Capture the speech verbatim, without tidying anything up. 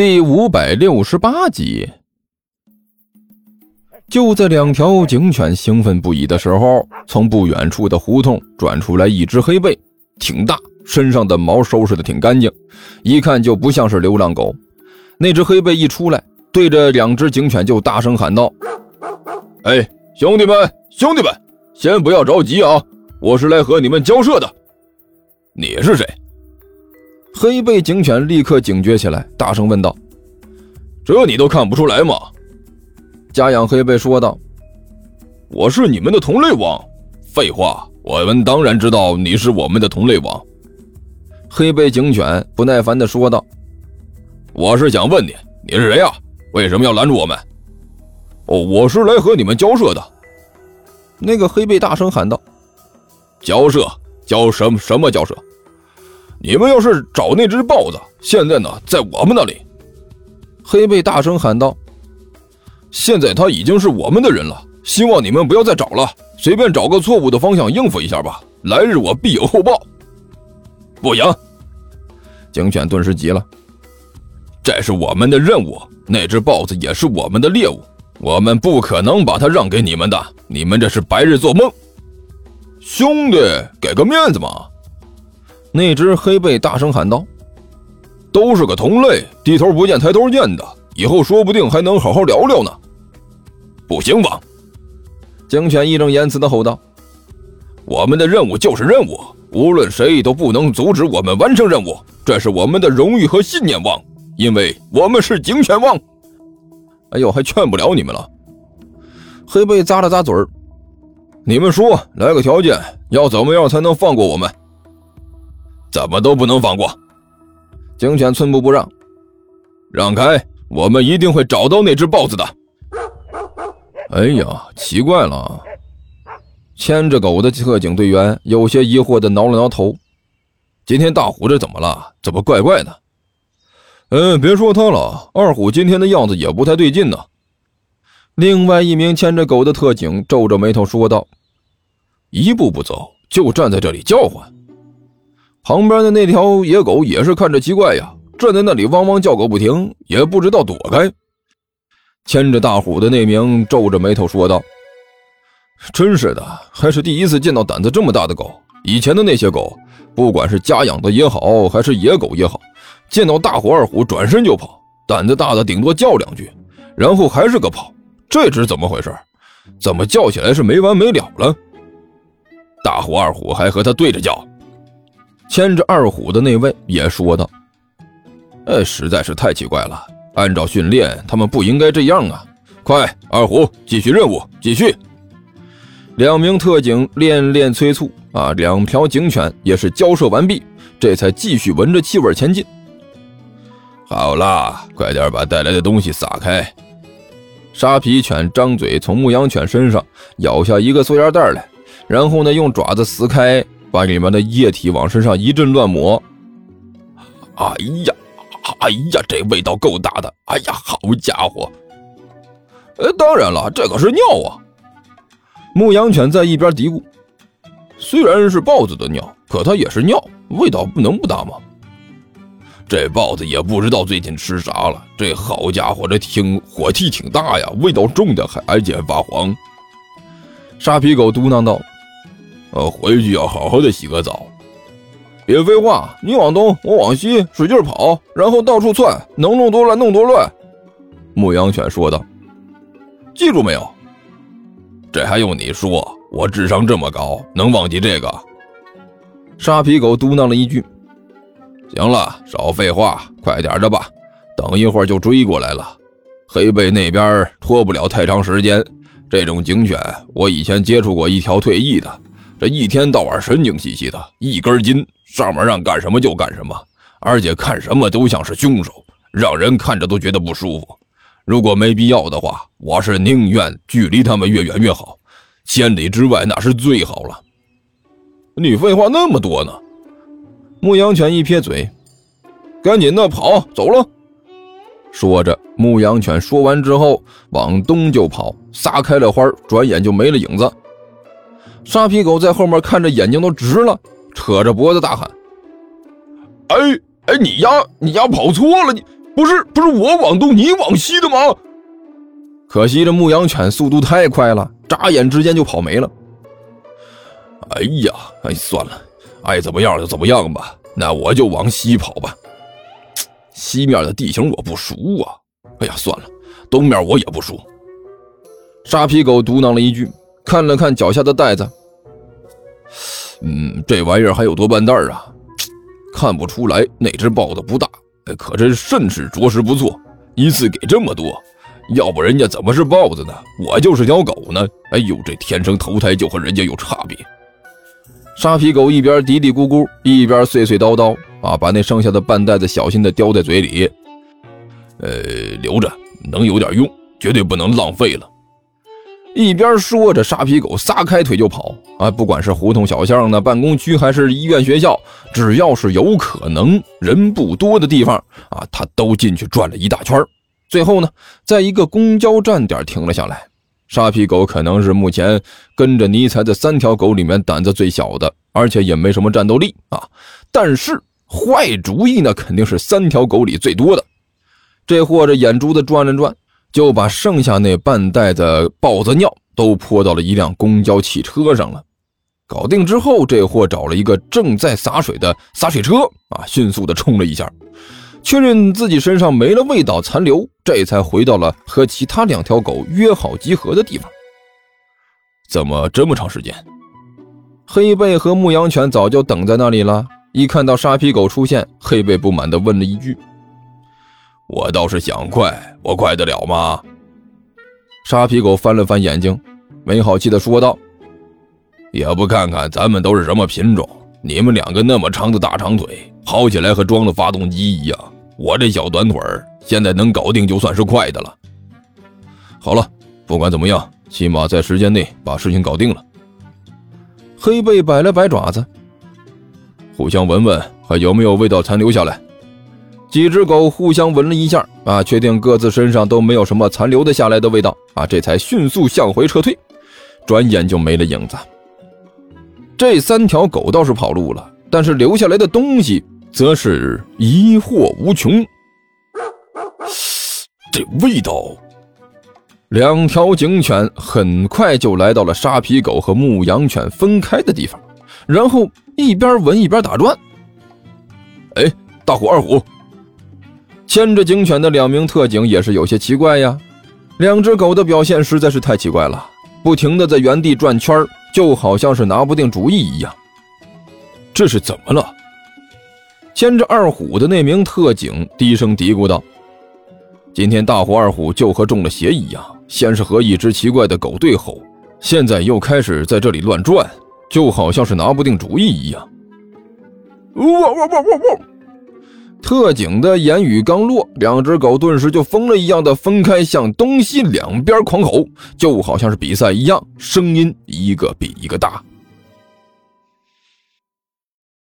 第五百六十八集。就在两条警犬兴奋不已的时候，从不远处的胡同转出来一只黑背，挺大，身上的毛收拾得挺干净，一看就不像是流浪狗。那只黑背一出来，对着两只警犬就大声喊道：哎，兄弟们兄弟们，先不要着急啊，我是来和你们交涉的。你是谁？黑背警犬立刻警觉起来，大声问道：这你都看不出来吗？家养黑背说道：我是你们的同类王。废话，我们当然知道你是我们的同类王。黑背警犬不耐烦地说道：我是想问你，你是谁呀？为什么要拦住我们？哦，我是来和你们交涉的。那个黑背大声喊道：交涉？交什么什么交涉？你们要是找那只豹子，现在呢在我们那里。黑背大声喊道：现在他已经是我们的人了，希望你们不要再找了，随便找个错误的方向应付一下吧，来日我必有后报。不行！警犬顿时急了，这是我们的任务，那只豹子也是我们的猎物，我们不可能把它让给你们的，你们这是白日做梦。兄弟，给个面子嘛！那只黑背大声喊道：都是个同类，低头不见抬头见的，以后说不定还能好好聊聊呢。不行吧？警犬义正言辞地吼道：我们的任务就是任务，无论谁都不能阻止我们完成任务，这是我们的荣誉和信念王，因为我们是警犬王。哎呦，还劝不了你们了。黑背咂了咂嘴儿：你们说，来个条件，要怎么样才能放过我们？怎么都不能放过。警犬寸步不让。让开，我们一定会找到那只豹子的。哎呀，奇怪了。牵着狗的特警队员有些疑惑地挠了挠头。今天大虎这怎么了？怎么怪怪的？嗯，别说他了，二虎今天的样子也不太对劲呢。另外一名牵着狗的特警皱着眉头说道：一步不走，就站在这里叫唤。旁边的那条野狗也是看着奇怪呀，站在那里汪汪叫个不停，也不知道躲开。牵着大虎的那名皱着眉头说道：真是的，还是第一次见到胆子这么大的狗，以前的那些狗，不管是家养的也好，还是野狗也好，见到大虎二虎转身就跑，胆子大的顶多叫两句，然后还是个跑。这只怎么回事？怎么叫起来是没完没了了？大虎二虎还和他对着叫。牵着二虎的那位也说道：哎，实在是太奇怪了，按照训练他们不应该这样啊，快，二虎继续任务，继续。两名特警连连催促啊，两条警犬也是交涉完毕，这才继续闻着气味前进。好啦，快点把带来的东西撒开。沙皮犬张嘴从牧羊犬身上咬下一个塑料袋来，然后呢用爪子撕开，把里面的液体往身上一阵乱抹。哎呀哎呀，这味道够大的，哎呀，好家伙。呃，当然了，这可是尿啊。牧羊犬在一边嘀咕，虽然是豹子的尿，可它也是尿，味道不能不大吗？这豹子也不知道最近吃啥了，这好家伙，这挺火气挺大呀，味道重的还而且发黄。沙皮狗嘟囔道：呃，回去要好好的洗个澡。别废话，你往东我往西使劲跑，然后到处窜，能弄多乱弄多乱。牧羊犬说道：记住没有？这还用你说，我智商这么高，能忘记这个？沙皮狗嘟囔了一句：行了，少废话，快点的吧，等一会儿就追过来了。黑背那边拖不了太长时间，这种警犬我以前接触过一条退役的，这一天到晚神经兮兮的，一根筋，上面让干什么就干什么，而且看什么都像是凶手，让人看着都觉得不舒服。如果没必要的话，我是宁愿距离他们越远越好，千里之外那是最好了。你废话那么多呢？牧羊犬一撇嘴，赶紧的跑，走了。说着，牧羊犬说完之后往东就跑，撒开了花，转眼就没了影子。沙皮狗在后面看着眼睛都直了，扯着脖子大喊：哎哎，你丫你丫跑错了，你不是不是我往东你往西的吗？可惜这牧羊犬速度太快了，眨眼之间就跑没了。哎呀，哎算了，爱怎么样就怎么样吧，那我就往西跑吧。西面的地形我不熟啊，哎呀算了，东面我也不熟。沙皮狗嘟囔了一句，看了看脚下的袋子，嗯，这玩意儿还有多半袋啊，看不出来那只豹子不大，可这甚是着实不错，一次给这么多，要不人家怎么是豹子呢？我就是条狗呢。哎呦，这天生投胎就和人家有差别。沙皮狗一边嘀嘀咕咕，一边碎碎叨叨啊，把那剩下的半袋子小心地叼在嘴里。呃，留着，能有点用，绝对不能浪费了。一边说着，沙皮狗撒开腿就跑啊！不管是胡同小巷呢、办公区还是医院学校，只要是有可能人不多的地方啊，它都进去转了一大圈。最后呢，在一个公交站点停了下来。沙皮狗可能是目前跟着尼采的三条狗里面胆子最小的，而且也没什么战斗力啊。但是坏主意呢，肯定是三条狗里最多的。这货这眼珠子转了转，就把剩下那半袋的豹子尿都泼到了一辆公交汽车上了。搞定之后，这货找了一个正在洒水的洒水车啊，迅速的冲了一下，确认自己身上没了味道残留，这才回到了和其他两条狗约好集合的地方。怎么这么长时间？黑贝和牧羊犬早就等在那里了，一看到沙皮狗出现，黑贝不满地问了一句：我倒是想快，我快得了吗？沙皮狗翻了翻眼睛，没好气地说道：也不看看咱们都是什么品种，你们两个那么长的大长腿，跑起来和装了发动机一样，我这小短腿现在能搞定就算是快的了。好了，不管怎么样，起码在时间内把事情搞定了。黑贝摆了摆爪子，互相闻闻还有没有味道残留下来。几只狗互相闻了一下啊，确定各自身上都没有什么残留的下来的味道啊，这才迅速向回撤退，转眼就没了影子。这三条狗倒是跑路了，但是留下来的东西则是疑惑无穷。这味道，两条警犬很快就来到了沙皮狗和牧羊犬分开的地方，然后一边闻一边打转。哎，大虎二虎，牵着警犬的两名特警也是有些奇怪呀，两只狗的表现实在是太奇怪了，不停地在原地转圈，就好像是拿不定主意一样。这是怎么了？牵着二虎的那名特警低声嘀咕道：今天大虎二虎就和中了邪一样，先是和一只奇怪的狗对吼，现在又开始在这里乱转，就好像是拿不定主意一样。哇哇哇哇哇！特警的言语刚落，两只狗顿时就疯了一样的分开，向东西两边狂吼，就好像是比赛一样，声音一个比一个大。